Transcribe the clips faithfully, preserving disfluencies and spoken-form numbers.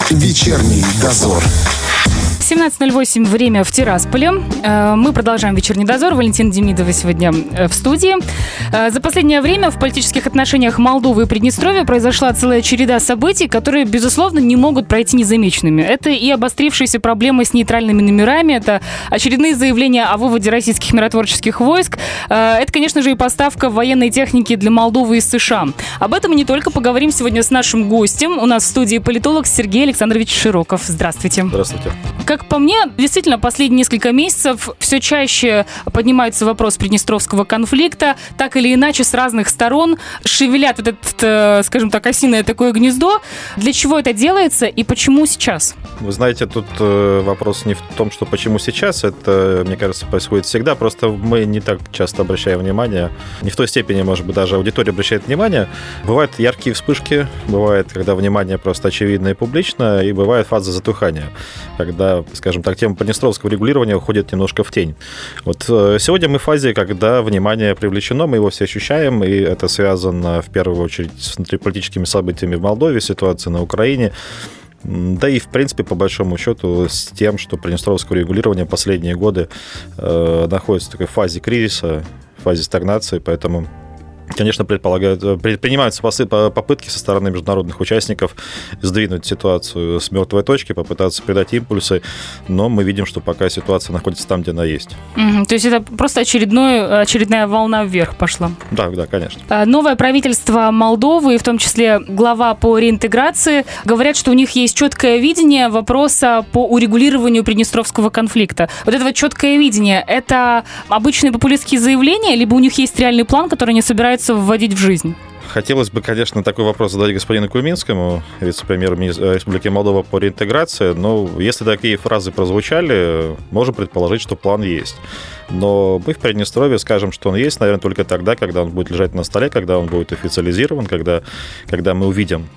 Вечерний дозор. семнадцать ноль восемь, время в Тирасполе. Мы продолжаем вечерний дозор. Валентина Демидова сегодня в студии. За последнее время в политических отношениях Молдовы и Приднестровья произошла целая череда событий, которые, безусловно, не могут пройти незамеченными. Это и обострившиеся проблемы с нейтральными номерами, это очередные заявления о выводе российских миротворческих войск. Это, конечно же, и поставка военной техники для Молдовы из США. Об этом мы не только поговорим сегодня с нашим гостем. У нас в студии политолог Сергей Александрович Широков. Здравствуйте. Здравствуйте. Как по мне, действительно, последние несколько месяцев все чаще поднимается вопрос приднестровского конфликта. Так или иначе, с разных сторон шевелят вот это, скажем так, осиное такое гнездо. Для чего это делается и почему сейчас? Вы знаете, тут вопрос не в том, что почему сейчас. Это, мне кажется, происходит всегда. Просто мы не так часто обращаем внимание. Не в той степени, может быть, даже аудитория обращает внимание. Бывают яркие вспышки, бывает, когда внимание просто очевидно и публично, и бывает фаза затухания, когда, скажем так, тема приднестровского регулирования уходит немножко в тень. Вот сегодня мы в фазе, когда внимание привлечено, мы его все ощущаем, и это связано в первую очередь с внутриполитическими событиями в Молдове, ситуацией на Украине, да и, в принципе, по большому счету, с тем, что приднестровское регулирование последние годы э, находится в такой фазе кризиса, фазе стагнации, поэтому... Конечно, предполагают, предпринимаются попытки со стороны международных участников сдвинуть ситуацию с мертвой точки, попытаться придать импульсы, но мы видим, что пока ситуация находится там, где она есть. Угу, то есть это просто очередной, очередная волна вверх пошла? Да, да, конечно. Новое правительство Молдовы, в том числе глава по реинтеграции, говорят, что у них есть четкое видение вопроса по урегулированию приднестровского конфликта. Вот это вот четкое видение, это обычные популистские заявления, либо у них есть реальный план, который они собираются вводить в жизнь? Хотелось бы, конечно, такой вопрос задать господину Куминскому, вице-премьеру Республики Молдова по реинтеграции, но если такие фразы прозвучали, можем предположить, что план есть. Но мы в Приднестровье скажем, что он есть, наверное, только тогда, когда он будет лежать на столе, когда он будет официализирован, когда, когда мы увидим,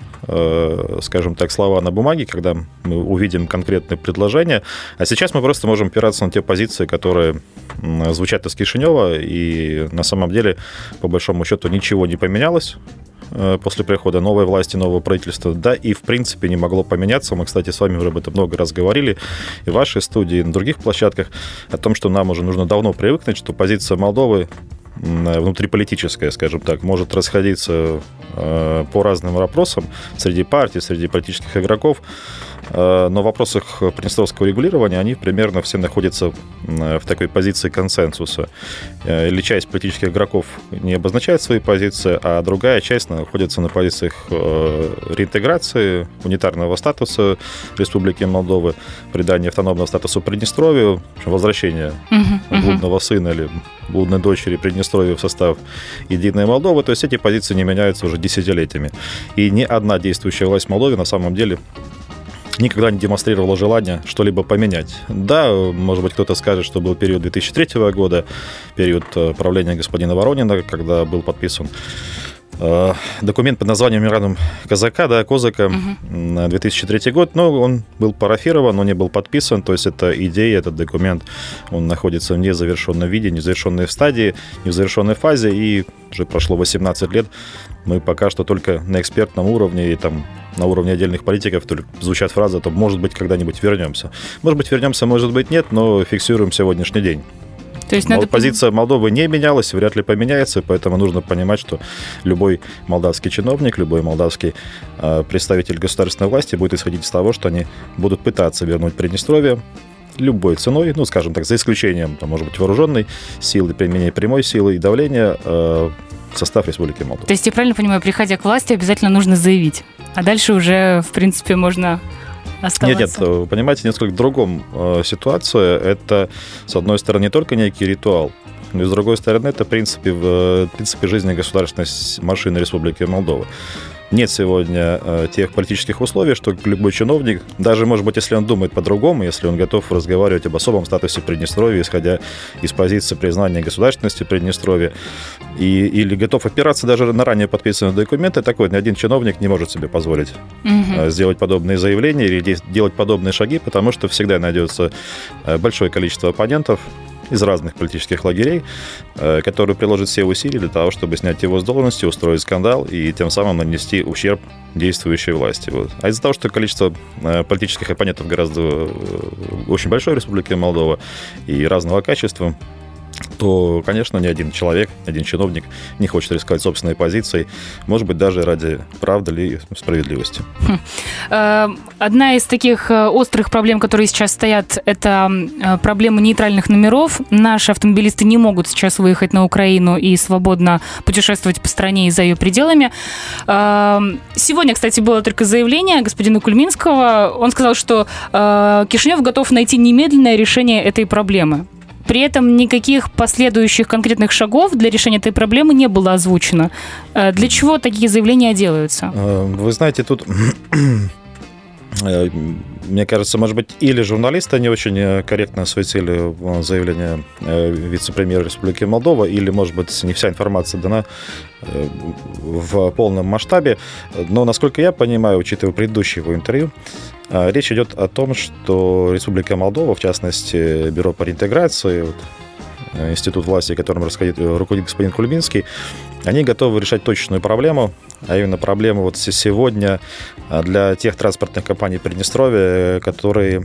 э, скажем так, слова на бумаге, когда мы увидим конкретные предложения. А сейчас мы просто можем опираться на те позиции, которые звучат из Кишинева, и на самом деле, по большому счету, ничего не поменялось после прихода новой власти, нового правительства, да, и, в принципе, не могло поменяться. Мы, кстати, с вами уже об этом много раз говорили и в вашей студии, и на других площадках, о том, что нам уже нужно давно привыкнуть, что позиция Молдовы внутриполитическая, скажем так, может расходиться по разным вопросам среди партий, среди политических игроков, но в вопросах приднестровского регулирования они примерно все находятся в такой позиции консенсуса. Или часть политических игроков не обозначает свои позиции, а другая часть находится на позициях реинтеграции, унитарного статуса Республики Молдовы, придания автономного статуса Приднестровью, возвращения uh-huh, блудного uh-huh. сына или блудной дочери Приднестровья в состав единой Молдовы. То есть эти позиции не меняются уже десятилетиями. И ни одна действующая власть в Молдове на самом деле никогда не демонстрировала желание что-либо поменять. Да, может быть, кто-то скажет, что был период две тысячи третьего года, период правления господина Воронина, когда был подписан документ под названием «Меморандум Казака», да, Козака, uh-huh. две тысячи третий год, но он был парафирован, но не был подписан, то есть эта идея, этот документ, он находится в незавершенном виде, незавершенной стадии, не в завершенной фазе, и уже прошло восемнадцать лет, мы пока что только на экспертном уровне и там на уровне отдельных политиков только звучат фразы о том, может быть, когда-нибудь вернемся. Может быть, вернемся, может быть, нет, но фиксируем сегодняшний день. То есть надо... Позиция Молдовы не менялась, вряд ли поменяется, поэтому нужно понимать, что любой молдавский чиновник, любой молдавский э, представитель государственной власти будет исходить из того, что они будут пытаться вернуть Приднестровье любой ценой, ну, скажем так, за исключением, там, может быть, вооруженной силы, применения прямой силы и давления э, в состав Республики Молдова. То есть, я правильно понимаю, приходя к власти, обязательно нужно заявить, а дальше уже, в принципе, можно... оставаться. Нет, нет, понимаете, несколько в другом э, ситуация. Это, с одной стороны, не только некий ритуал, но и, с другой стороны, это, в принципе, в принципе жизни государственной машины Республики Молдова. Нет сегодня э, тех политических условий, что любой чиновник, даже, может быть, если он думает по-другому, если он готов разговаривать об особом статусе Приднестровья, исходя из позиции признания государственности Приднестровья, и, или готов опираться даже на ранее подписанные документы, такой ни один чиновник не может себе позволить угу. сделать подобные заявления или делать подобные шаги, потому что всегда найдется большое количество оппонентов, из разных политических лагерей, который приложит все усилия для того, чтобы снять его с должности, устроить скандал и тем самым нанести ущерб действующей власти. Вот. А из-за того, что количество политических оппонентов гораздо очень большое в Республике Молдова и разного качества, то, конечно, ни один человек, ни один чиновник не хочет рисковать собственной позицией, может быть, даже ради правды или справедливости. Одна из таких острых проблем, которые сейчас стоят, это проблема нейтральных номеров. Наши автомобилисты не могут сейчас выехать на Украину и свободно путешествовать по стране и за ее пределами. Сегодня, кстати, было только заявление господина Кульминского. Он сказал, что Кишинев готов найти немедленное решение этой проблемы. При этом никаких последующих конкретных шагов для решения этой проблемы не было озвучено. Для чего такие заявления делаются? Вы знаете, тут, мне кажется, может быть, или журналисты не очень корректно осветили заявление вице-премьера Республики Молдова, или, может быть, не вся информация дана в полном масштабе. Но, насколько я понимаю, учитывая предыдущее его интервью, речь идет о том, что Республика Молдова, в частности, Бюро по реинтеграции, вот, институт власти, которым руководит господин Кульминский, они готовы решать точечную проблему, а именно проблему вот сегодня для тех транспортных компаний Приднестровья, которые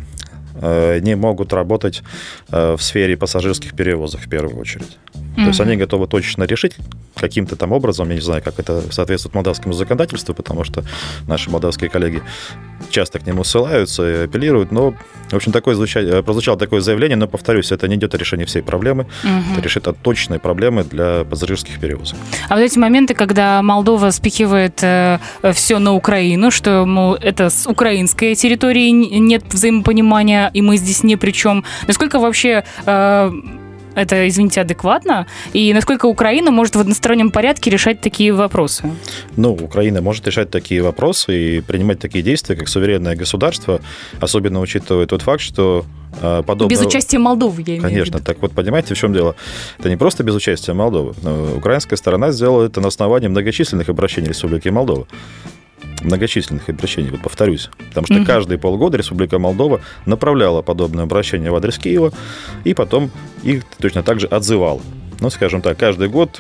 не могут работать в сфере пассажирских перевозок в первую очередь. Mm-hmm. То есть они готовы точечно решить каким-то там образом, я не знаю, как это соответствует молдавскому законодательству, потому что наши молдавские коллеги часто к нему ссылаются и апеллируют, но, в общем, такое звучало, прозвучало такое заявление, но, повторюсь, это не идет о решении всей проблемы, mm-hmm. это решит о точной проблеме для пассажирских перевозок. А вот эти моменты, когда Молдова спихивает э, все на Украину, что, мол, это с украинской территории нет взаимопонимания, и мы здесь ни при чем, насколько вообще... Э, это, извините, адекватно? И насколько Украина может в одностороннем порядке решать такие вопросы? Ну, Украина может решать такие вопросы и принимать такие действия, как суверенное государство, особенно учитывая тот факт, что подобное... Без участия Молдовы, я имею в виду. Конечно. Так вот, понимаете, в чем дело? Это не просто без участия Молдовы. Украинская сторона сделала это на основании многочисленных обращений Республики Молдова. Многочисленных обращений, вот повторюсь. Потому что mm-hmm. каждые полгода Республика Молдова направляла подобные обращения в адрес Киева и потом их точно так же отзывала. Ну, скажем так, каждый год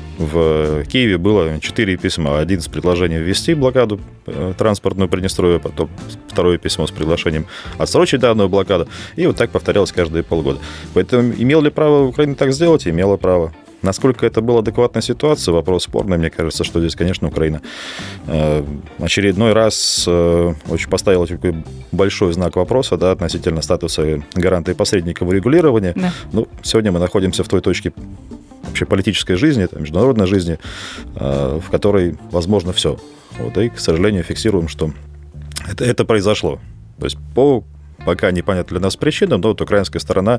в Киеве было четыре письма. Один с предложением ввести блокаду транспортную Приднестровья, потом второе письмо с приглашением отсрочить данную блокаду. И вот так повторялось каждые полгода. Поэтому имела ли право Украина так сделать? Имела право. Насколько это была адекватная ситуация, вопрос спорный. Мне кажется, что здесь, конечно, Украина э, очередной раз э, очень поставила такой большой знак вопроса, да, относительно статуса гаранта и посредника в урегулировании. Да. Ну, сегодня мы находимся в той точке вообще политической жизни, там, международной жизни, э, в которой возможно все. Вот, и, к сожалению, фиксируем, что это, это произошло. То есть по пока непонятно для нас причинам, но вот украинская сторона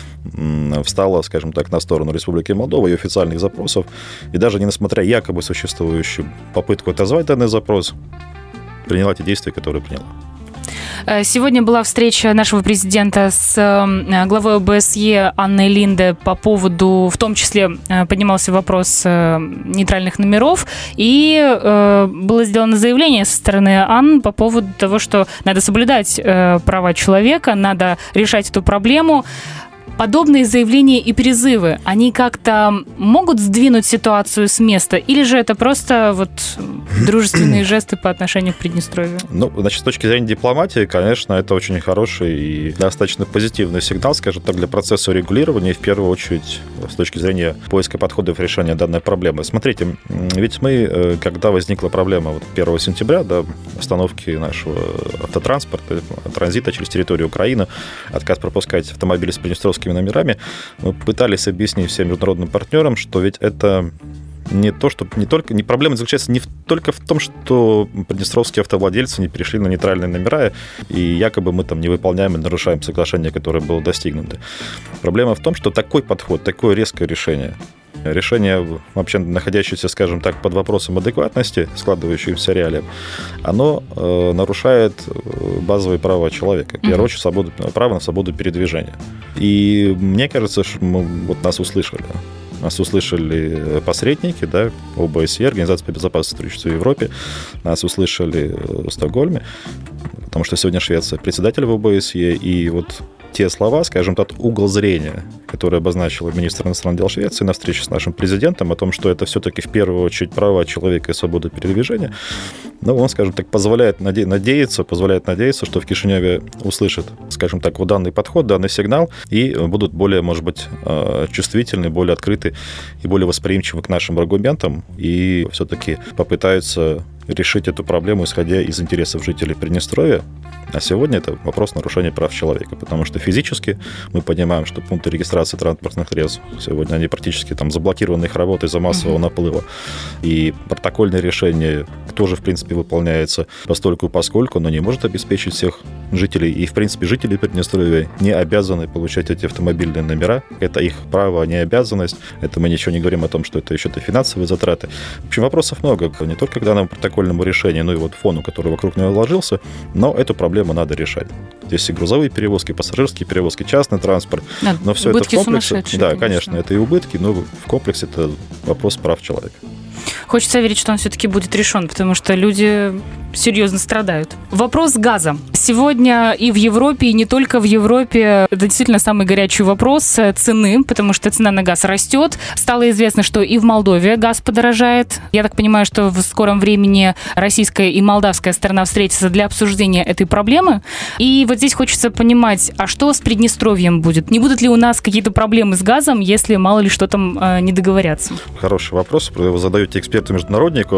встала, скажем так, на сторону Республики Молдова, ее официальных запросов, и даже несмотря якобы существующую попытку отозвать данный запрос, приняла те действия, которые приняла. Сегодня была встреча нашего президента с главой ОБСЕ Анной Линде по поводу, в том числе, поднимался вопрос нейтральных номеров, и было сделано заявление со стороны Анны по поводу того, что надо соблюдать права человека, надо решать эту проблему. Подобные заявления и призывы, они как-то могут сдвинуть ситуацию с места? Или же это просто вот дружественные жесты по отношению к Приднестровью? Ну, значит, с точки зрения дипломатии, конечно, это очень хороший и достаточно позитивный сигнал, скажем так, для процесса урегулирования, и в первую очередь с точки зрения поиска подходов решения данной проблемы. Смотрите, ведь мы, когда возникла проблема вот первого сентября, да, остановки нашего автотранспорта, транзита через территорию Украины, отказ пропускать автомобили с приднестровскими номерами, мы пытались объяснить всем международным партнерам, что ведь это не то, что не только не проблема заключается не в, только в том, что приднестровские автовладельцы не перешли на нейтральные номера, и якобы мы там не выполняем и нарушаем соглашение, которое было достигнуто. Проблема в том, что такой подход, такое резкое решение, решение, вообще находящееся, скажем так, под вопросом адекватности, складывающимся реалиям, оно э, нарушает базовые права человека, в первую очередь свободу, право на свободу передвижения. И мне кажется, что мы, вот нас услышали. Нас услышали посредники, да, ОБСЕ, Организация по безопасности и сотрудничеству в Европе, нас услышали в Стокгольме, потому что сегодня Швеция председатель в ОБСЕ, и вот те слова, скажем, тот угол зрения, который обозначил министр иностранных дел Швеции на встрече с нашим президентом, о том, что это все-таки в первую очередь права человека и свобода передвижения, но он, скажем так, позволяет наде- надеяться, позволяет надеяться, что в Кишиневе услышат, скажем так, вот данный подход, данный сигнал, и будут более, может быть, чувствительны, более открыты и более восприимчивы к нашим аргументам, и все-таки попытаются решить эту проблему, исходя из интересов жителей Приднестровья. А сегодня это вопрос нарушения прав человека, потому что физически мы понимаем, что пункты регистрации транспортных средств сегодня они практически там заблокированы их работой из-за массового наплыва. И протокольное решение тоже, в принципе, выполняется постольку и поскольку, но не может обеспечить всех жителей. И, в принципе, жители Приднестровья не обязаны получать эти автомобильные номера. Это их право, а не обязанность. Это мы ничего не говорим о том, что это еще-то финансовые затраты. В общем, вопросов много. Не только к данному протокольному решению, но и вот фону, который вокруг него вложился, но эту проблему надо решать. Здесь и грузовые перевозки, и пассажирские перевозки, частный транспорт. Да, но все это в комплексе. Да, конечно, конечно, это и убытки, но в комплексе это вопрос прав человека. Хочется верить, что он все-таки будет решен, потому что люди серьезно страдают. Вопрос газа. Сегодня и в Европе, и не только в Европе, это действительно самый горячий вопрос цены, потому что цена на газ растет. Стало известно, что и в Молдове газ подорожает. Я так понимаю, что в скором времени российская и молдавская сторона встретятся для обсуждения этой проблемы. И вот здесь хочется понимать, а что с Приднестровьем будет? Не будут ли у нас какие-то проблемы с газом, если мало ли что там э, не договорятся? Хороший вопрос. Вы задаете эксперту-международнику,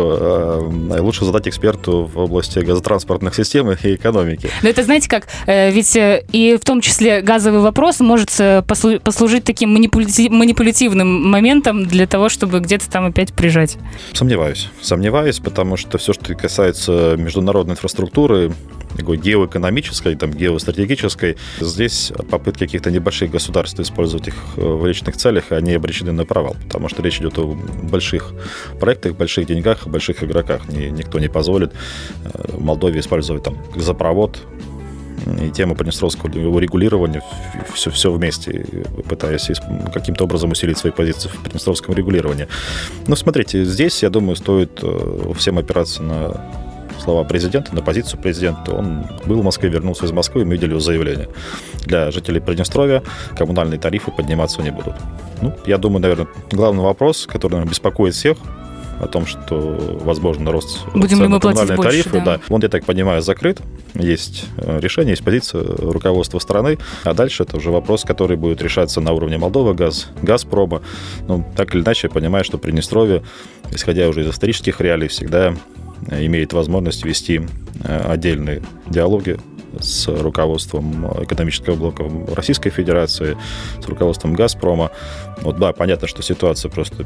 а лучше задать эксперту в области газотранспортных систем и экономики. Но это, знаете как, ведь и в том числе газовый вопрос может послужить таким манипулятивным моментом для того, чтобы где-то там опять прижать. Сомневаюсь. Сомневаюсь, потому что все, что касается международной инфраструктуры, такой геоэкономической, там, геостратегической, здесь попытки каких-то небольших государств использовать их в личных целях, они обречены на провал, потому что речь идет о больших проектах, больших деньгах, больших игроках. Никто не позволит Молдове использовать там газопровод и тему приднестровского урегулирования, все, все вместе, пытаясь каким-то образом усилить свои позиции в приднестровском регулировании. Но смотрите, здесь, я думаю, стоит всем опираться на слова президента, на позицию президента. Он был в Москве, вернулся из Москвы, и мы видели его заявление. Для жителей Приднестровья коммунальные тарифы подниматься не будут. Ну, я думаю, наверное, главный вопрос, который, наверное, беспокоит всех, о том, что возможно рост Будем цен ли мы на коммунальные платить тарифы. Больше, да. Да. Он, я так понимаю, закрыт. Есть решение, есть позиция руководства страны. А дальше это уже вопрос, который будет решаться на уровне Молдова, газ, Газпрома. Ну, так или иначе, я понимаю, что Приднестровье, исходя уже из исторических реалий, всегда имеет возможность вести отдельные диалоги с руководством экономического блока Российской Федерации, с руководством Газпрома. Вот, да, понятно, что ситуация просто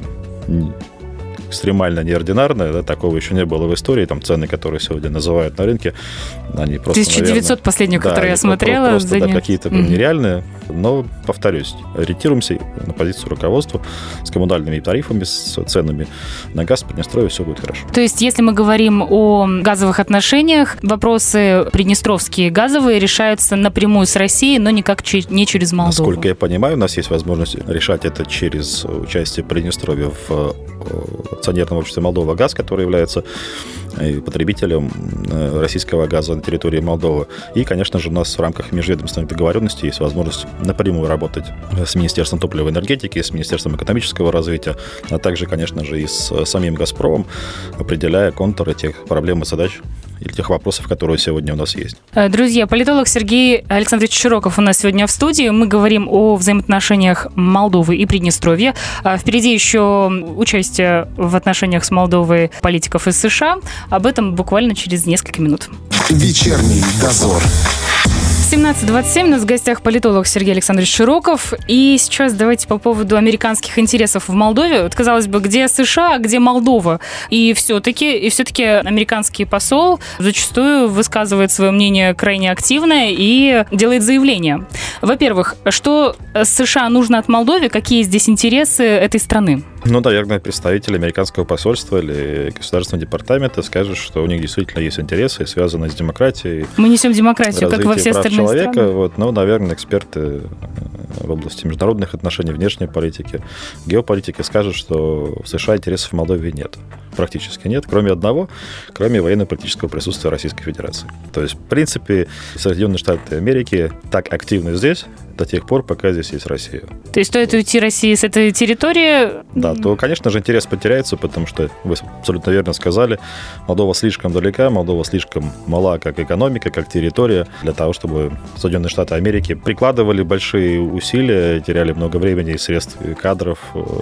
экстремально неординарная, да, такого еще не было в истории, там цены, которые сегодня называют на рынке, они просто, тысяча девятьсот наверное, последних, да, которые я смотрела. Просто, да, нет. какие-то mm-hmm. нереальные, но, повторюсь, ориентируемся на позицию руководства с коммунальными тарифами, с ценами на газ в Приднестровье, все будет хорошо. То есть, если мы говорим о газовых отношениях, вопросы приднестровские газовые решаются напрямую с Россией, но никак че- не через Молдову. Насколько я понимаю, у нас есть возможность решать это через участие Приднестровья в акционерном обществе Молдова Газ, который является потребителем российского газа на территории Молдовы. И, конечно же, у нас в рамках межведомственной договоренности есть возможность напрямую работать с Министерством топлива и энергетики, с Министерством экономического развития, а также, конечно же, и с самим «Газпромом», определяя контуры тех проблем и задач или тех вопросов, которые сегодня у нас есть. Друзья, политолог Сергей Александрович Широков у нас сегодня в студии. Мы говорим о взаимоотношениях Молдовы и Приднестровья. Впереди еще участие в отношениях с Молдовой политиков из США. Об этом буквально через несколько минут. Вечерний дозор. семнадцать двадцать семь, у нас в гостях политолог Сергей Александрович Широков. И сейчас давайте по поводу американских интересов в Молдове. Вот, казалось бы, где США, а где Молдова? И все-таки, и все-таки американский посол зачастую высказывает свое мнение крайне активно и делает заявления. Во-первых, что США нужно от Молдовы? Какие здесь интересы этой страны? Ну, наверное, представитель американского посольства или государственного департамента скажет, что у них действительно есть интересы, связанные с демократией. Мы несем демократию, как во все остальные человека. страны. Вот, ну, наверное, эксперты в области международных отношений, внешней политики, геополитики, скажет, что в США интересов в Молдове нет. Практически нет, кроме одного, кроме военно-политического присутствия Российской Федерации. То есть, в принципе, Соединенные Штаты Америки так активны здесь до тех пор, пока здесь есть Россия. То есть стоит уйти России с этой территории? Да, то, конечно же, интерес потеряется, потому что, вы абсолютно верно сказали, Молдова слишком далека, Молдова слишком мала как экономика, как территория, для того, чтобы Соединенные Штаты Америки прикладывали большие усилия, теряли много времени, средств, кадров.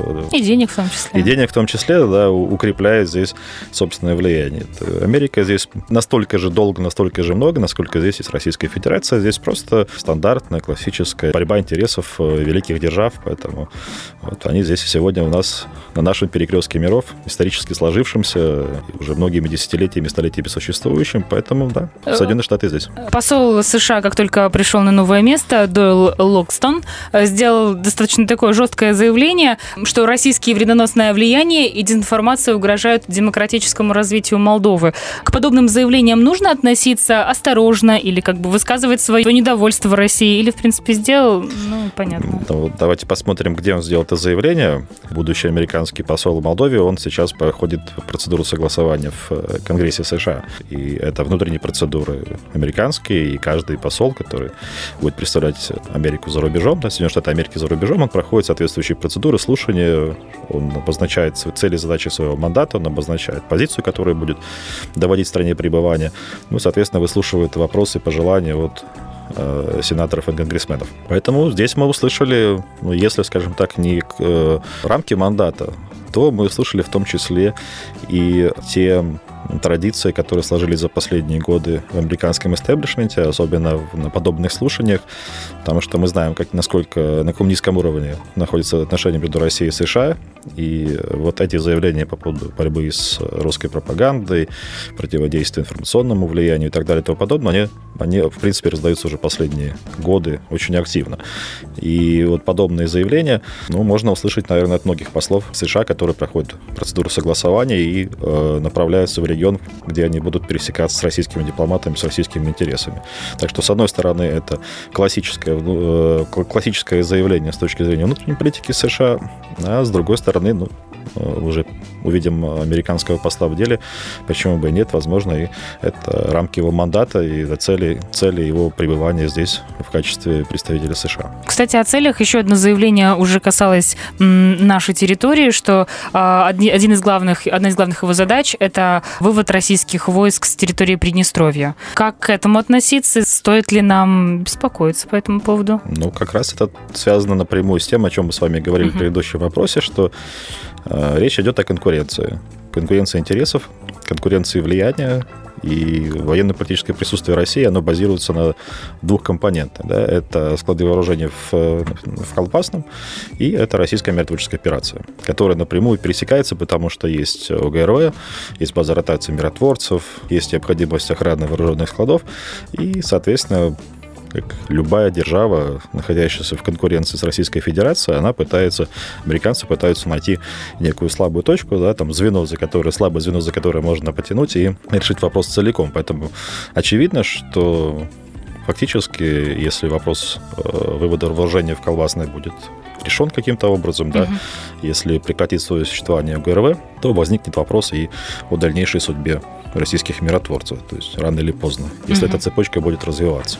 И денег в том числе. И денег в том числе, да, укрепляя здесь собственное влияние. Америка здесь настолько же долго, настолько же много, насколько здесь есть Российская Федерация. Здесь просто стандартная, классическая борьба интересов великих держав, поэтому вот они здесь сегодня у нас на нашем перекрестке миров, исторически сложившемся, уже многими десятилетиями, столетиями существующим, поэтому, да, Соединенные Штаты здесь. Посол США, как только пришел на новое место, Дойл Локстон, сделал достаточно такое жесткое заявление, что российские вредоносное влияние и дезинформация угрожают демократическому развитию Молдовы. К подобным заявлениям нужно относиться осторожно или как бы высказывать свое недовольство России, или, в принципе, сделал, ну, понятно. Ну, давайте посмотрим, где он сделал это заявление. Будущий американский посол в Молдове, он сейчас проходит процедуру согласования в Конгрессе США. И это внутренние процедуры американские, и каждый посол, который будет представлять Америку за рубежом, да, Соединенные Штаты Америки за рубежом, он проходит соответствующие процедуры, слушания, он обозначает цели и задачи своего мандата, он обозначает позицию, которая будет доводить в стране пребывания. Ну, соответственно, выслушивает вопросы, пожелания от сенаторов и конгрессменов. Поэтому здесь мы услышали, ну, если, скажем так, не к, э, рамки мандата, то мы услышали в том числе и те традиции, которые сложились за последние годы в американском истеблишменте, особенно на подобных слушаниях, потому что мы знаем, как, насколько, на каком низком уровне находятся отношения между Россией и США, и вот эти заявления по поводу борьбы с русской пропагандой, противодействия информационному влиянию и так далее и тому подобное, они, они, в принципе, раздаются уже последние годы очень активно. И вот подобные заявления, ну, можно услышать, наверное, от многих послов США, которые проходят процедуру согласования и э, направляются в регион, где они будут пересекаться с российскими дипломатами, с российскими интересами. Так что, с одной стороны, это классическое, э, классическое заявление с точки зрения внутренней политики США, а с другой стороны, ну, уже увидим американского посла в деле, почему бы и нет, возможно, и это рамки его мандата и цели, цели его пребывания здесь в качестве представителя США. Кстати, о целях еще одно заявление уже касалось м, нашей территории, что а, один из главных, одна из главных его задач – это вывод российских войск с территории Приднестровья. Как к этому относиться? Стоит ли нам беспокоиться по этому поводу? Ну, как раз это связано напрямую с тем, о чем мы с вами говорили uh-huh. в предыдущем вопросе, что э, речь идет о конкуренции. Конкуренции интересов, конкуренции влияния, и военно-политическое присутствие России, оно базируется на двух компонентах. Да? Это склады вооружений в, в Колпасном, и это российская миротворческая операция, которая напрямую пересекается, потому что есть ОГРВ, есть база ротации миротворцев, есть необходимость охраны вооруженных складов, и, соответственно, как любая держава, находящаяся в конкуренции с Российской Федерацией, она пытается, американцы пытаются найти некую слабую точку, да, там звено, за которое, слабое звено, за которое можно потянуть и решить вопрос целиком. Поэтому очевидно, что фактически, если вопрос вывода вооружения в Колбасной будет решен каким-то образом, да, uh-huh. если прекратит свое существование ОГРВ, то возникнет вопрос и о дальнейшей судьбе российских миротворцев, то есть рано или поздно, если uh-huh. эта цепочка будет развиваться.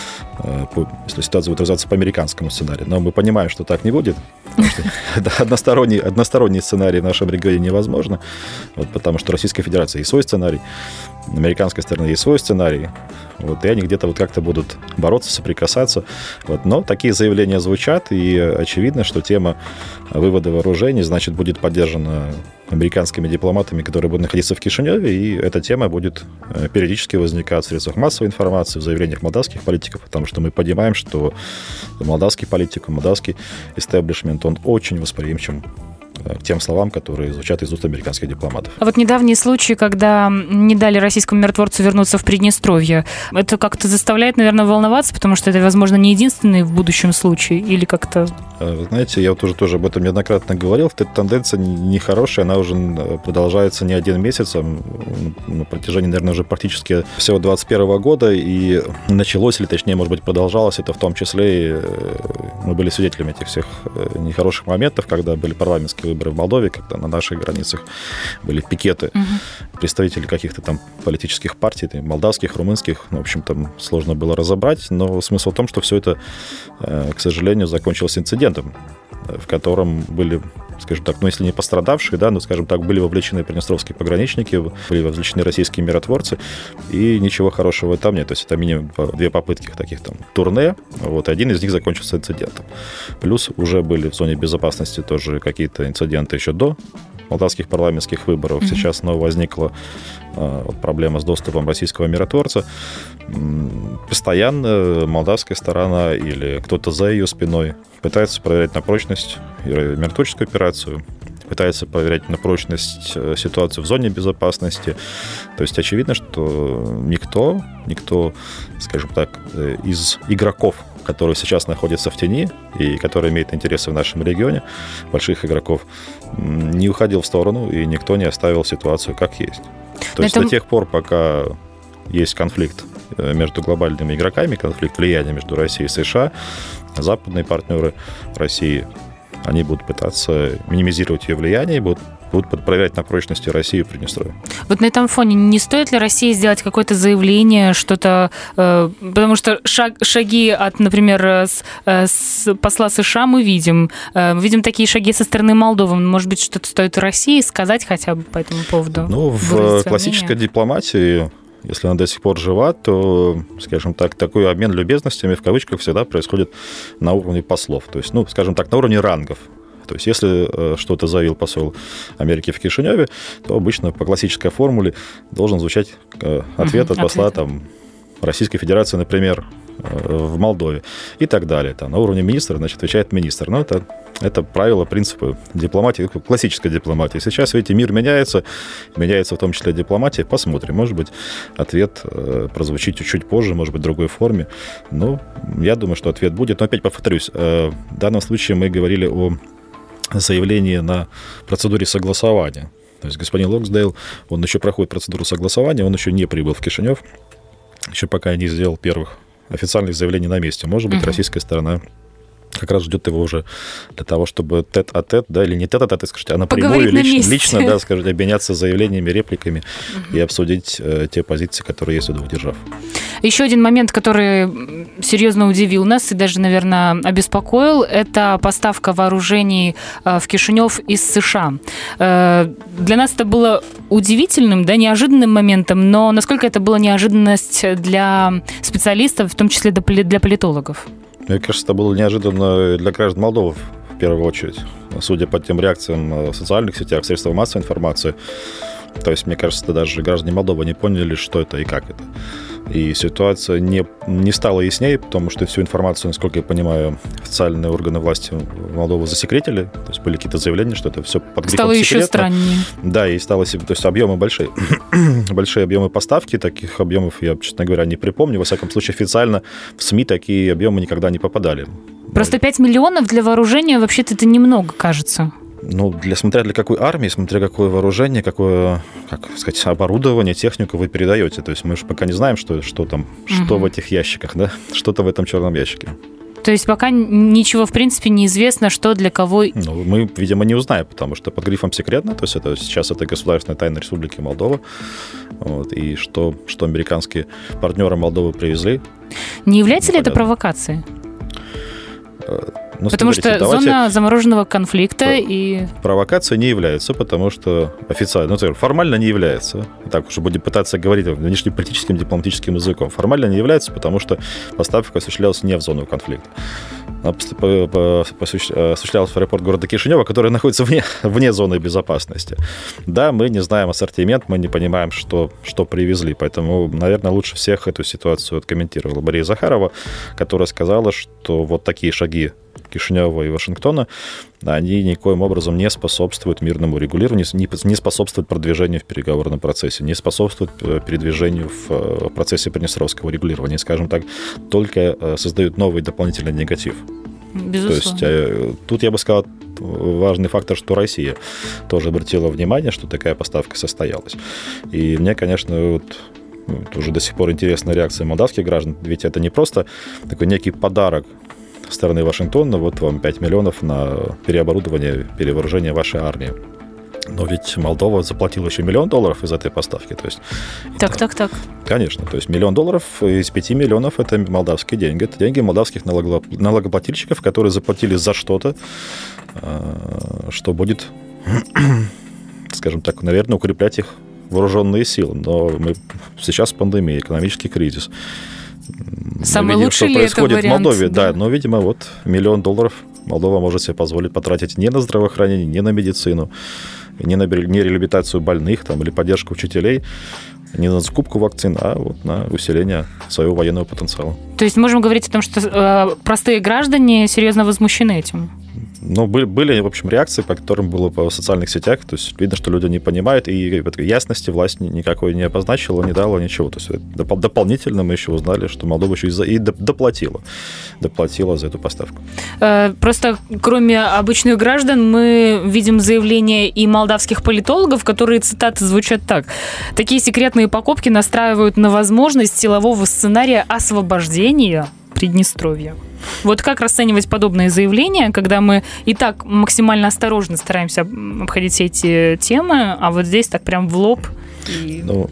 Если ситуация будет развиваться по американскому сценарию. Но мы понимаем, что так не будет, потому что односторонний, односторонний сценарий в нашем регионе невозможно, вот, потому что Российская Федерация есть свой сценарий, американской стороны есть свой сценарий, вот, и они где-то вот как-то будут бороться, соприкасаться. Вот, но такие заявления звучат, и очевидно, что тема вывода вооружений, значит, будет поддержана американскими дипломатами, которые будут находиться в Кишиневе, и эта тема будет периодически возникать в средствах массовой информации, в заявлениях молдавских политиков, потому что мы понимаем, что молдавский политик, молдавский истеблишмент, он очень восприимчив к тем словам, которые звучат из уст американских дипломатов. А вот недавние случаи, когда не дали российскому миротворцу вернуться в Приднестровье, это как-то заставляет, наверное, волноваться, потому что это, возможно, не единственный в будущем случай, или как-то... Вы знаете, я вот уже тоже об этом неоднократно говорил, эта тенденция нехорошая, она уже продолжается не один месяц, а на протяжении, наверное, уже практически всего двадцать первого года, и началось, или точнее, может быть, продолжалось это в том числе, и мы были свидетелями этих всех нехороших моментов, когда были парламентские выборы в Молдове, когда на наших границах были пикеты угу. представителей каких-то там политических партий, молдавских, румынских, ну, в общем, там сложно было разобрать, но смысл в том, что все это, к сожалению, закончилось инцидентом, в котором были, скажем так, ну, если не пострадавшие, да, но, скажем так, были вовлечены приднестровские пограничники, были вовлечены российские миротворцы, и ничего хорошего там нет. То есть это минимум две попытки таких там турне, вот, один из них закончился инцидентом. Плюс уже были в зоне безопасности тоже какие-то инциденты еще до молдавских парламентских выборов. Mm-hmm. Сейчас снова возникла э, проблема с доступом российского миротворца. Постоянно молдавская сторона или кто-то за ее спиной пытается проверять на прочность миротворческую операцию, пытается проверять на прочность ситуацию в зоне безопасности. То есть очевидно, что никто, никто, скажем так, из игроков, которые сейчас находятся в тени и которые имеют интересы в нашем регионе, больших игроков, не уходил в сторону, и никто не оставил ситуацию как есть. То Но есть это... до тех пор, пока есть конфликт между глобальными игроками, конфликт влияния между Россией и США, западные партнеры России, они будут пытаться минимизировать ее влияние и будут, будут проверять на прочность Россию и Приднестровье. Вот на этом фоне не стоит ли России сделать какое-то заявление, что-то... Э, потому что шаг, шаги от, например, с, с посла США мы видим. Э, мы видим такие шаги со стороны Молдовы. Может быть, что-то стоит России сказать хотя бы по этому поводу? Ну, в классической дипломатии... Если она до сих пор жива, то, скажем так, такой обмен любезностями, в кавычках, всегда происходит на уровне послов. То есть, ну, скажем так, на уровне рангов. То есть, если что-то заявил посол Америки в Кишиневе, то обычно по классической формуле должен звучать ответ от посла там, Российской Федерации, например, в Молдове и так далее. Там, на уровне министра, значит, отвечает министр. Но это, это правило, принципы дипломатии, классической дипломатии. Сейчас, видите, мир меняется, меняется в том числе дипломатия. Посмотрим, может быть, ответ прозвучит чуть-чуть позже, может быть, в другой форме. Но я думаю, что ответ будет. Но опять повторюсь, в данном случае мы говорили о заявлении на процедуре согласования. То есть господин Локсдейл, он еще проходит процедуру согласования, он еще не прибыл в Кишинев, еще пока не сделал первых официальных заявлений на месте. Может быть, uh-huh. российская сторона как раз ждет его уже для того, чтобы тет-а-тет, да, или не тет-а-тет, скажите, а напрямую лично, лично, да, скажите, обменяться заявлениями, репликами uh-huh. и обсудить э, те позиции, которые есть у двух держав. Еще один момент, который серьезно удивил нас и даже, наверное, обеспокоил, это поставка вооружений в Кишинев из США. Для нас это было удивительным, да, неожиданным моментом, но насколько это была неожиданность для специалистов, в том числе для политологов? Мне кажется, это было неожиданно для граждан Молдовы в первую очередь. Судя по тем реакциям в социальных сетях, в средствах массовой информации. То есть, мне кажется, даже граждане Молдовы не поняли, что это и как это. И ситуация не, не стала яснее, потому что всю информацию, насколько я понимаю, официальные органы власти Молдовы засекретили. То есть были какие-то заявления, что это все под грифом стало секретно. Еще страннее. Да, и стало... То есть объемы большие. Большие объемы поставки. Таких объемов я, честно говоря, не припомню. Во всяком случае, официально в СМИ такие объемы никогда не попадали. Просто пять миллионов для вооружения вообще-то это немного, кажется. Ну, для, смотря для какой армии, смотря какое вооружение, какое, как сказать, оборудование, технику вы передаете. То есть мы же пока не знаем, что, что там, угу. что в этих ящиках, да, что-то в этом черном ящике. То есть пока ничего, в принципе, не известно, что для кого... Ну, мы, видимо, не узнаем, потому что под грифом секретно, то есть это сейчас это государственная тайна Республики Молдова, вот, и что, что американские партнеры Молдовы привезли. Не является ли это провокацией? Ну, потому смотрите, что зона замороженного конфликта Про- и... Провокация не является, потому что официально, ну, формально не является. Так уж будем пытаться говорить внешнеполитическим дипломатическим языком. Формально не является, потому что поставка осуществлялась не в зону конфликта. Она осуществлялась в аэропорт города Кишинева, который находится вне, вне зоны безопасности. Да, мы не знаем ассортимент, мы не понимаем, что, что привезли. Поэтому, наверное, лучше всех эту ситуацию откомментировала Мария Захарова, которая сказала, что вот такие шаги Кишинева и Вашингтона, они никоим образом не способствуют мирному регулированию, не способствуют продвижению в переговорном процессе, не способствуют передвижению в процессе приднестровского регулирования, скажем так, только создают новый дополнительный негатив. Безусловно. То есть тут, я бы сказал, важный фактор, что Россия тоже обратила внимание, что такая поставка состоялась. И мне, конечно, вот, вот уже до сих пор интересна реакция молдавских граждан, ведь это не просто такой некий подарок со стороны Вашингтона, вот вам пять миллионов на переоборудование, перевооружение вашей армии. Но ведь Молдова заплатила еще миллион долларов из этой поставки. То есть, так, это, так, так. Конечно. То есть миллион долларов из пяти миллионов – это молдавские деньги. Это деньги молдавских налогоплательщиков, которые заплатили за что-то, что будет, скажем так, наверное, укреплять их вооруженные силы. Но мы сейчас пандемия, экономический кризис. Самый мы видим, лучший что происходит вариант, в Молдове. да? Да, но, видимо, вот миллион долларов Молдова может себе позволить потратить не на здравоохранение, не на медицину, не на не реабилитацию больных там, или поддержку учителей, не на закупку вакцин, а вот на усиление своего военного потенциала. То есть можем говорить о том, что э, простые граждане серьезно возмущены этим? Ну, были, были, в общем, реакции, по которым было по социальных сетях. То есть видно, что люди не понимают, и ясности власть никакой не обозначила, не дала ничего. То есть доп- дополнительно мы еще узнали, что Молдова еще и, за, и доплатила, доплатила за эту поставку. Просто кроме обычных граждан мы видим заявления и молдавских политологов, которые, цитаты, звучат так. Такие секретные покупки настраивают на возможность силового сценария освобождения Приднестровья. Вот как расценивать подобные заявления, когда мы и так максимально осторожно стараемся обходить все эти темы, а вот здесь так прям в лоб? И... Ну,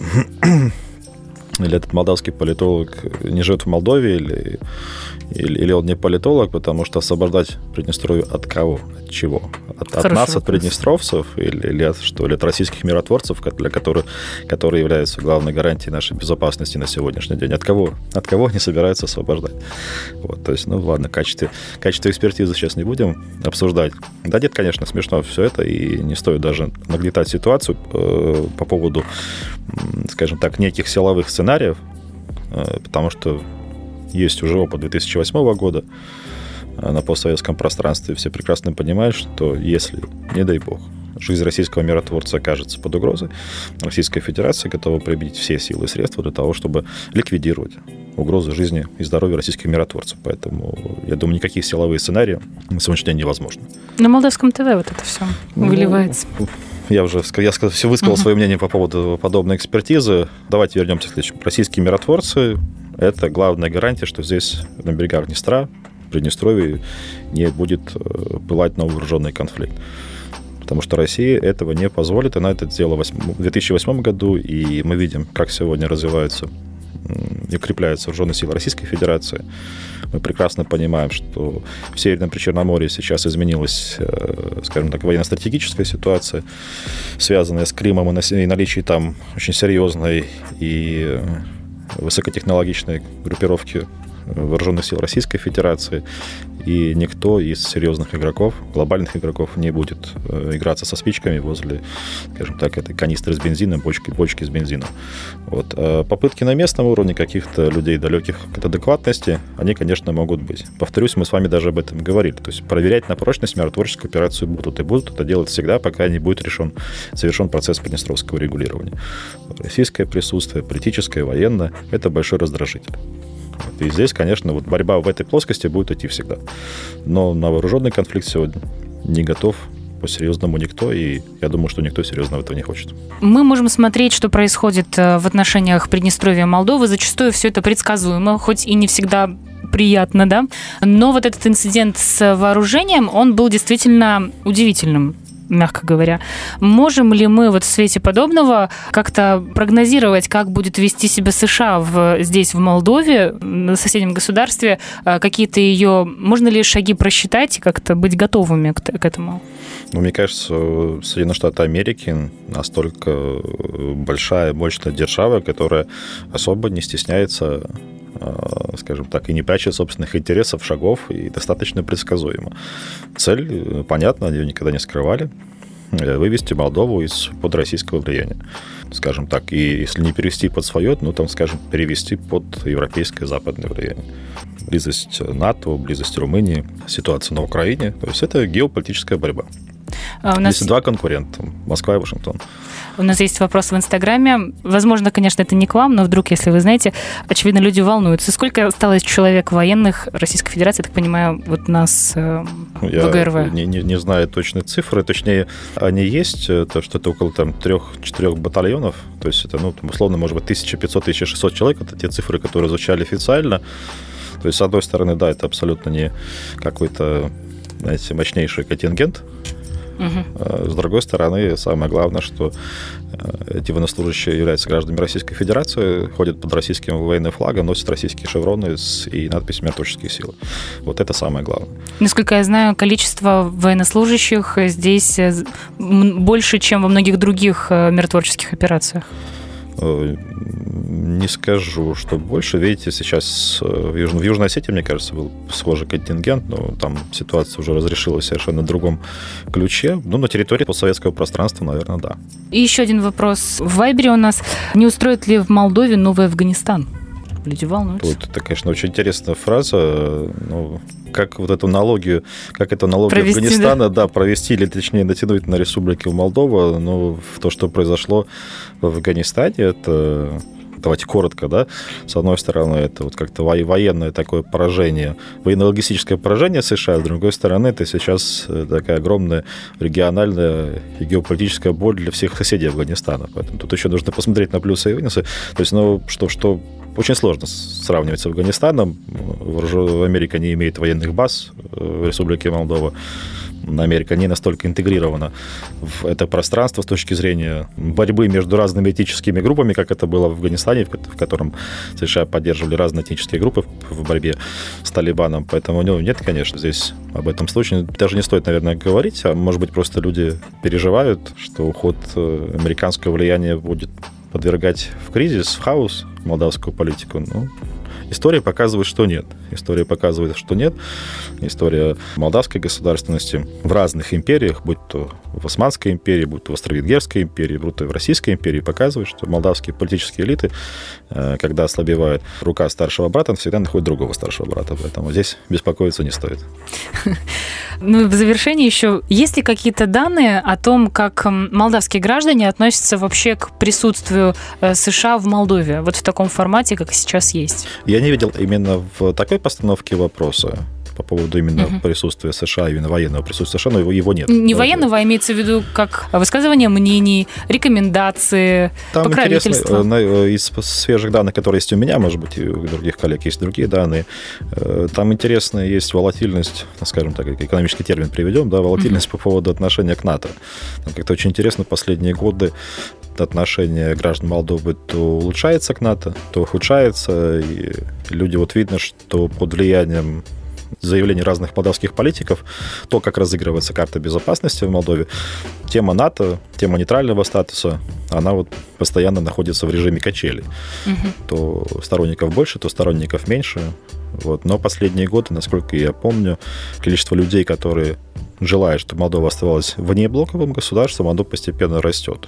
или этот молдавский политолог не живет в Молдове, или, или, или он не политолог, потому что освобождать Приднестровье от кого? От чего? От, от нас, от приднестровцев, или, или, от, что, или от российских миротворцев, для которых, которые являются главной гарантией нашей безопасности на сегодняшний день? От кого? От кого они собираются освобождать? Вот, то есть, ну ладно, качество, качество экспертизы сейчас не будем обсуждать. Да нет, конечно, смешно все это, и не стоит даже нагнетать ситуацию э, по поводу, скажем так, неких силовых сценариев, потому что есть уже опыт две тысячи восьмого года на постсоветском пространстве. Все прекрасно понимают, что если, не дай бог, жизнь российского миротворца окажется под угрозой, Российская Федерация готова применить все силы и средства для того, чтобы ликвидировать угрозы жизни и здоровья российских миротворцев. Поэтому, я думаю, никакие силовые сценарии на сегодняшний день невозможны. На молдавском ТВ вот это все ну, выливается. Я уже я все высказал uh-huh. свое мнение по поводу подобной экспертизы. Давайте вернемся к следующему. Российские миротворцы – это главная гарантия, что здесь, на берегах Днестра, в Приднестровье, не будет пылать новый вооруженный конфликт. Потому что Россия этого не позволит. Она это сделала в две тысячи восьмом году, и мы видим, как сегодня развиваются и укрепляются вооруженные силы Российской Федерации. Мы прекрасно понимаем, что в Северном Причерноморье сейчас изменилась, скажем так, военно-стратегическая ситуация, связанная с Крымом и наличием там очень серьезной и высокотехнологичной группировки вооруженных сил Российской Федерации. И никто из серьезных игроков, глобальных игроков, не будет играться со спичками возле, скажем так, этой канистры с бензином, бочки, бочки с бензином. Вот. А попытки на местном уровне каких-то людей, далеких от адекватности, они, конечно, могут быть. Повторюсь, мы с вами даже об этом говорили. То есть проверять на прочность миротворческую операцию будут и будут это делать всегда, пока не будет решен, завершен процесс приднестровского регулирования. Российское присутствие, политическое, военное – это большой раздражитель. И здесь, конечно, вот борьба в этой плоскости будет идти всегда. Но на вооруженный конфликт сегодня не готов по-серьезному никто, и я думаю, что никто серьезно этого не хочет. Мы можем смотреть, что происходит в отношениях Приднестровья и Молдовы. Зачастую все это предсказуемо, хоть и не всегда приятно, да? Но вот этот инцидент с вооружением, он был действительно удивительным, мягко говоря. Можем ли мы вот в свете подобного как-то прогнозировать, как будет вести себя США в, здесь, в Молдове, на соседнем государстве, какие-то ее... Можно ли шаги просчитать и как-то быть готовыми к, к этому? Ну, мне кажется, Соединенные Штаты Америки настолько большая, мощная держава, которая особо не стесняется, скажем так, и не прячет собственных интересов, шагов, и достаточно предсказуемо. Цель понятна, они ее никогда не скрывали. вывести Молдову из-под российского влияния, скажем так. И если не перевести под свое, ну, там, скажем, перевести под европейское западное влияние. Близость НАТО, близость Румынии, ситуация на Украине. То есть это геополитическая борьба. А у нас... Есть два конкурента – Москва и Вашингтон. У нас есть вопрос в Инстаграме. Возможно, конечно, это не к вам, но вдруг, если вы знаете, очевидно, люди волнуются. Сколько осталось человек военных Российской Федерации, я так понимаю, вот у нас э, в ГРВ? Я не, не, не знаю точные цифры. Точнее, они есть, то, что это около там, трех-четырех батальонов. То есть это, ну, условно, может быть, тысяча пятьсот - тысяча шестьсот человек. Это те цифры, которые звучали официально. То есть, с одной стороны, да, это абсолютно не какой-то, знаете, мощнейший контингент. Uh-huh. С другой стороны, самое главное, что эти военнослужащие являются гражданами Российской Федерации, ходят под российским военным флагом, носят российские шевроны и надпись «Миротворческие силы». Вот это самое главное. Насколько я знаю, количество военнослужащих здесь больше, чем во многих других миротворческих операциях. Не скажу, что больше. Видите, сейчас в Южной, в Южной Осетии, мне кажется, был схожий контингент, но там ситуация уже разрешилась в совершенно другом ключе. Ну, на территории постсоветского пространства, наверное, да. И еще один вопрос. В Вайбере у нас: не устроит ли в Молдове новый Афганистан? Люди волнуются. Вот это, конечно, очень интересная фраза. Ну, как вот эту аналогию, как эту аналогию провести, Афганистана, да? Да, провести, или точнее натянуть на Республику Молдова. Ну, то, что произошло в Афганистане, это, давайте коротко, да, с одной стороны, это вот как-то военное такое поражение, военно-логистическое поражение США, с другой стороны, это сейчас такая огромная региональная и геополитическая боль для всех соседей Афганистана. Поэтому тут еще нужно посмотреть на плюсы и минусы. То есть, ну, что, что очень сложно сравнивать с Афганистаном. Америка не имеет военных баз в Республике Молдова. Америка не настолько интегрирована в это пространство с точки зрения борьбы между разными этническими группами, как это было в Афганистане, в котором США поддерживали разные этнические группы в борьбе с Талибаном. Поэтому ну, нет, конечно, здесь об этом случае даже не стоит, наверное, говорить, а может быть, просто люди переживают, что уход американского влияния будет подвергать в кризис, в хаос молдавскую политику. Ну, история показывает, что нет. История показывает, что нет. История молдавской государственности в разных империях, будь то в Османской империи, будь то в Австро-Венгерской империи, будь то в Российской империи, показывает, что молдавские политические элиты, когда ослабевает рука старшего брата, он всегда находит другого старшего брата. Поэтому здесь беспокоиться не стоит. Ну, в завершении еще, есть ли какие-то данные о том, как молдавские граждане относятся вообще к присутствию США в Молдове, вот в таком формате, как сейчас есть? Я не видел именно в такой постановке вопроса по поводу именно uh-huh. присутствия США, именно военного присутствия США, но его, его нет. Не военного, а имеется в виду как высказывание мнений, рекомендации, там покровительство. Из свежих данных, которые есть у меня, может быть, и у других коллег есть другие данные, там интересная есть волатильность, скажем так, экономический термин приведем, да, волатильность uh-huh. по поводу отношения к НАТО. Там как-то очень интересно последние годы отношение граждан Молдовы то улучшается к НАТО, то ухудшается, и люди, вот видно, что под влиянием заявлений разных молдавских политиков, то, как разыгрывается карта безопасности в Молдове, тема НАТО, тема нейтрального статуса, она вот постоянно находится в режиме качелей. Угу. То сторонников больше, то сторонников меньше. Вот. Но последние годы, насколько я помню, количество людей, которые желают, чтобы Молдова оставалась вне блоковым государством, оно постепенно растет.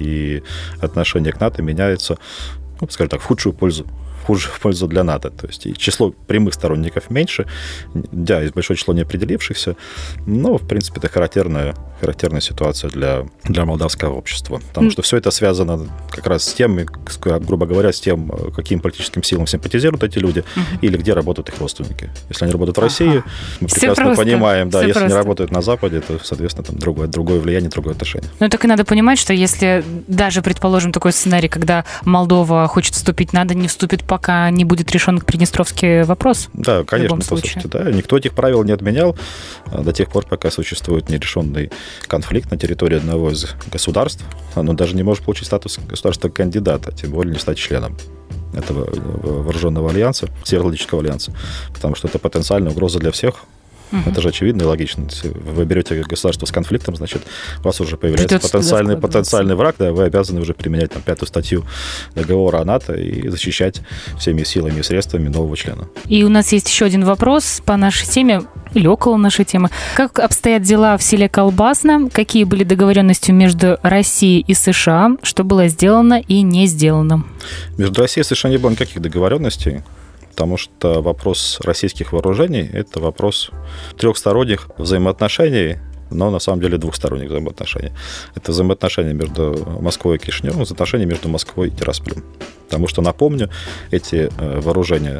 И отношение к НАТО меняется, ну, скажем так, в худшую пользу. хуже в пользу для НАТО. То есть и число прямых сторонников меньше. Да, есть большое число неопределившихся, но, в принципе, это характерная, характерная ситуация для, для молдавского общества. Потому mm. что все это связано как раз с тем, грубо говоря, с тем, каким политическим силам симпатизируют эти люди mm-hmm. или где работают их родственники. Если они работают в России, ага. мы прекрасно просто, понимаем, да, если просто. Они работают на Западе, то, соответственно, там другое, другое влияние, другое отношение. Ну, так и надо понимать, что если даже, предположим, такой сценарий, когда Молдова хочет вступить, надо не вступит, пока не будет решен приднестровский вопрос. Да, конечно, послушайте, да, никто этих правил не отменял до тех пор, пока существует нерешенный конфликт на территории одного из государств. Оно даже не может получить статус государства-кандидата, тем более не стать членом этого вооруженного альянса, Североатлантического альянса, потому что это потенциальная угроза для всех. Угу. Это же очевидно и логично. Если вы берете государство с конфликтом, значит, у вас уже появляется Придется потенциальный, потенциальный враг, да, вы обязаны уже применять там, пятую статью договора о НАТО и защищать всеми силами и средствами нового члена. И у нас есть еще один вопрос по нашей теме. или около нашей темы. Как обстоят дела в селе Колбасно? Какие были договоренности между Россией и США? Что было сделано и не сделано? Между Россией и США не было никаких договоренностей, потому что вопрос российских вооружений – это вопрос трехсторонних взаимоотношений, но на самом деле двухсторонних взаимоотношений. Это взаимоотношения между Москвой и Кишиневым, взаимоотношения между Москвой и Тирасполем. Потому что, напомню, эти вооружения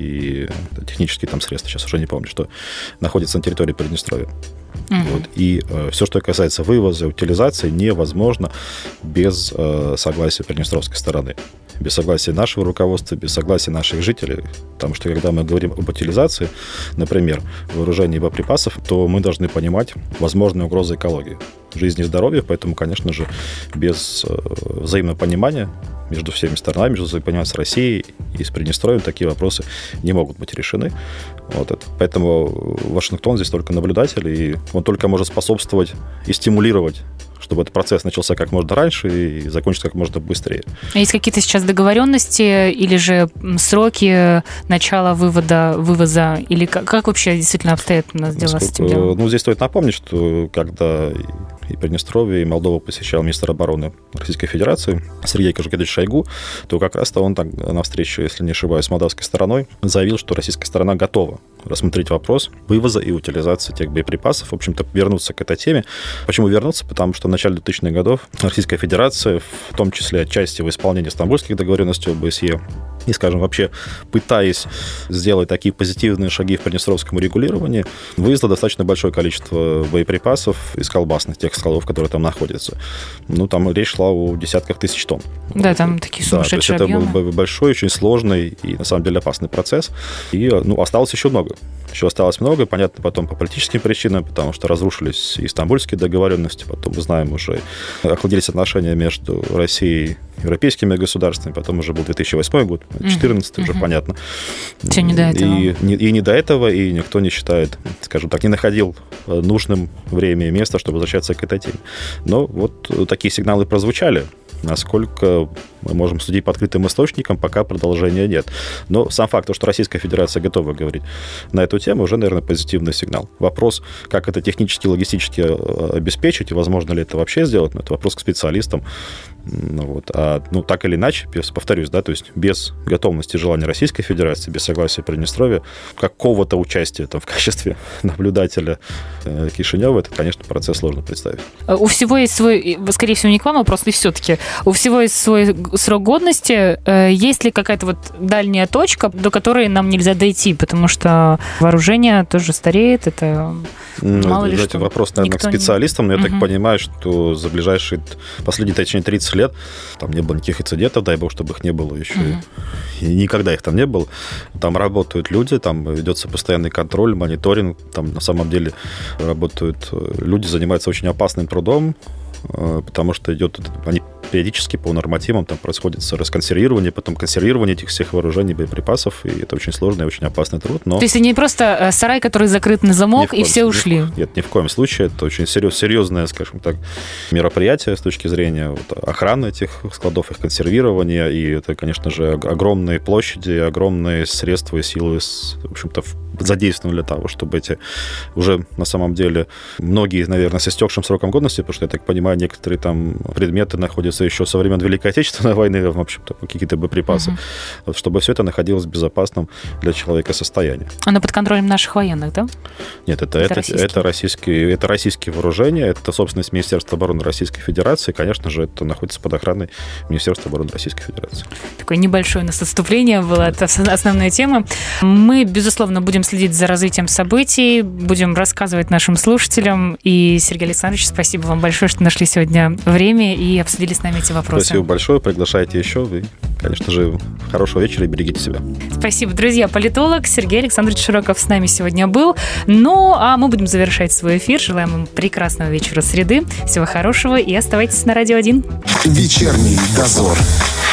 и технические там средства, сейчас уже не помню, что находятся на территории Приднестровья. Mm-hmm. Вот. И э, все, что касается вывоза и утилизации, невозможно без э, согласия приднестровской стороны. Без согласия нашего руководства, без согласия наших жителей. Потому что, когда мы говорим об утилизации, например, вооружений и боеприпасов, то мы должны понимать возможные угрозы экологии, жизни и здоровью. Поэтому, конечно же, без э, взаимного понимания между всеми сторонами, между взаимопониманием с Россией и с Приднестровьем, такие вопросы не могут быть решены. Вот это. Поэтому Вашингтон здесь только наблюдатель, и он только может способствовать и стимулировать, чтобы этот процесс начался как можно раньше и закончился как можно быстрее. Есть какие-то сейчас договоренности или же сроки начала вывода, вывоза? Или как, как вообще действительно обстоят у нас дела Насколько, с этим делом? Ну, здесь стоит напомнить, что когда и Приднестровье, и Молдову посещал министр обороны Российской Федерации Сергей Кожугетович Шойгу, то как раз-то он так, на встрече, если не ошибаюсь, с молдавской стороной заявил, что российская сторона готова рассмотреть вопрос вывоза и утилизации тех боеприпасов, в общем-то, вернуться к этой теме. Почему вернуться? Потому что в начале двухтысячных годов Российская Федерация, в том числе отчасти в исполнении стамбульских договоренностей ОБСЕ, и, скажем, вообще пытаясь сделать такие позитивные шаги в приднестровском регулировании, вывезла достаточно большое количество боеприпасов из Колбасных, тех складов, которые там находятся. Ну, там речь шла о десятках тысяч тонн. Да, вот. Там такие сумасшедшие да, объемы. Это был большой, очень сложный и, на самом деле, опасный процесс. И, ну, осталось еще много. Еще осталось много, понятно, потом по политическим причинам, потому что разрушились и стамбульские договоренности, потом, мы знаем, уже охладились отношения между Россией и европейскими государствами, потом уже был две тысячи восьмой год, две тысячи четырнадцатый mm-hmm. уже понятно. Все не до этого. И не, и не до этого, и никто не считает, скажем так, не находил нужным время и место, чтобы возвращаться к этой теме. Но вот такие сигналы прозвучали. Насколько мы можем судить по открытым источникам, пока продолжения нет. Но сам факт, что Российская Федерация готова говорить на эту тему, уже, наверное, позитивный сигнал. Вопрос, как это технически, логистически обеспечить, и возможно ли это вообще сделать, ну, это вопрос к специалистам. Ну, вот. А, ну, так или иначе, повторюсь, да, то есть без готовности и желания Российской Федерации, без согласия Приднестровья, какого-то участия там, в качестве наблюдателя э, Кишинева, это, конечно, процесс сложно представить. У всего есть свой, скорее всего, не к вам вопрос, и все-таки у всего есть свой срок годности. Есть ли какая-то вот дальняя точка, до которой нам нельзя дойти, потому что вооружение тоже стареет, это ну, мало ли знаете, что. Вопрос, наверное, к специалистам, не... но я угу. так понимаю, что за ближайшие, последние, точнее, тридцать лет там не было никаких инцидентов, дай бог, чтобы их не было еще. Угу. И никогда их там не было. Там работают люди, там ведется постоянный контроль, мониторинг, там на самом деле работают люди, занимаются очень опасным трудом, потому что идет, они периодически по нормативам там происходит расконсервирование, потом консервирование этих всех вооружений, боеприпасов, и это очень сложный и очень опасный труд. Но... То есть это не просто сарай, который закрыт на замок, и все ушли? Ни, нет, ни в коем случае. Это очень серьез, серьезное, скажем так, мероприятие с точки зрения вот, охраны этих складов, их консервирования, и это, конечно же, огромные площади, огромные средства и силы, в общем-то, задействованы для того, чтобы эти уже, на самом деле, многие, наверное, с истекшим сроком годности, потому что, я так понимаю, некоторые там предметы находятся еще со времен Великой Отечественной войны, в общем-то, какие-то боеприпасы, uh-huh. чтобы все это находилось в безопасном для человека состоянии. Оно под контролем наших военных, да? Нет, это, это, это, российские. это, российские, это российские вооружения, это собственность Министерства обороны Российской Федерации, конечно же, это находится под охраной Министерства обороны Российской Федерации. Такое небольшое у нас отступление было, это основная тема. Мы, безусловно, будем следить за развитием событий, будем рассказывать нашим слушателям. И, Сергей Александрович, спасибо вам большое, что нашли сегодня время и обсудили с нами эти вопросы. Спасибо большое, приглашайте еще. Вы, конечно же, хорошего вечера и берегите себя. Спасибо, друзья. Политолог Сергей Александрович Широков с нами сегодня был. Ну, а мы будем завершать свой эфир. Желаем вам прекрасного вечера среды. Всего хорошего и оставайтесь на Радио один. Вечерний дозор.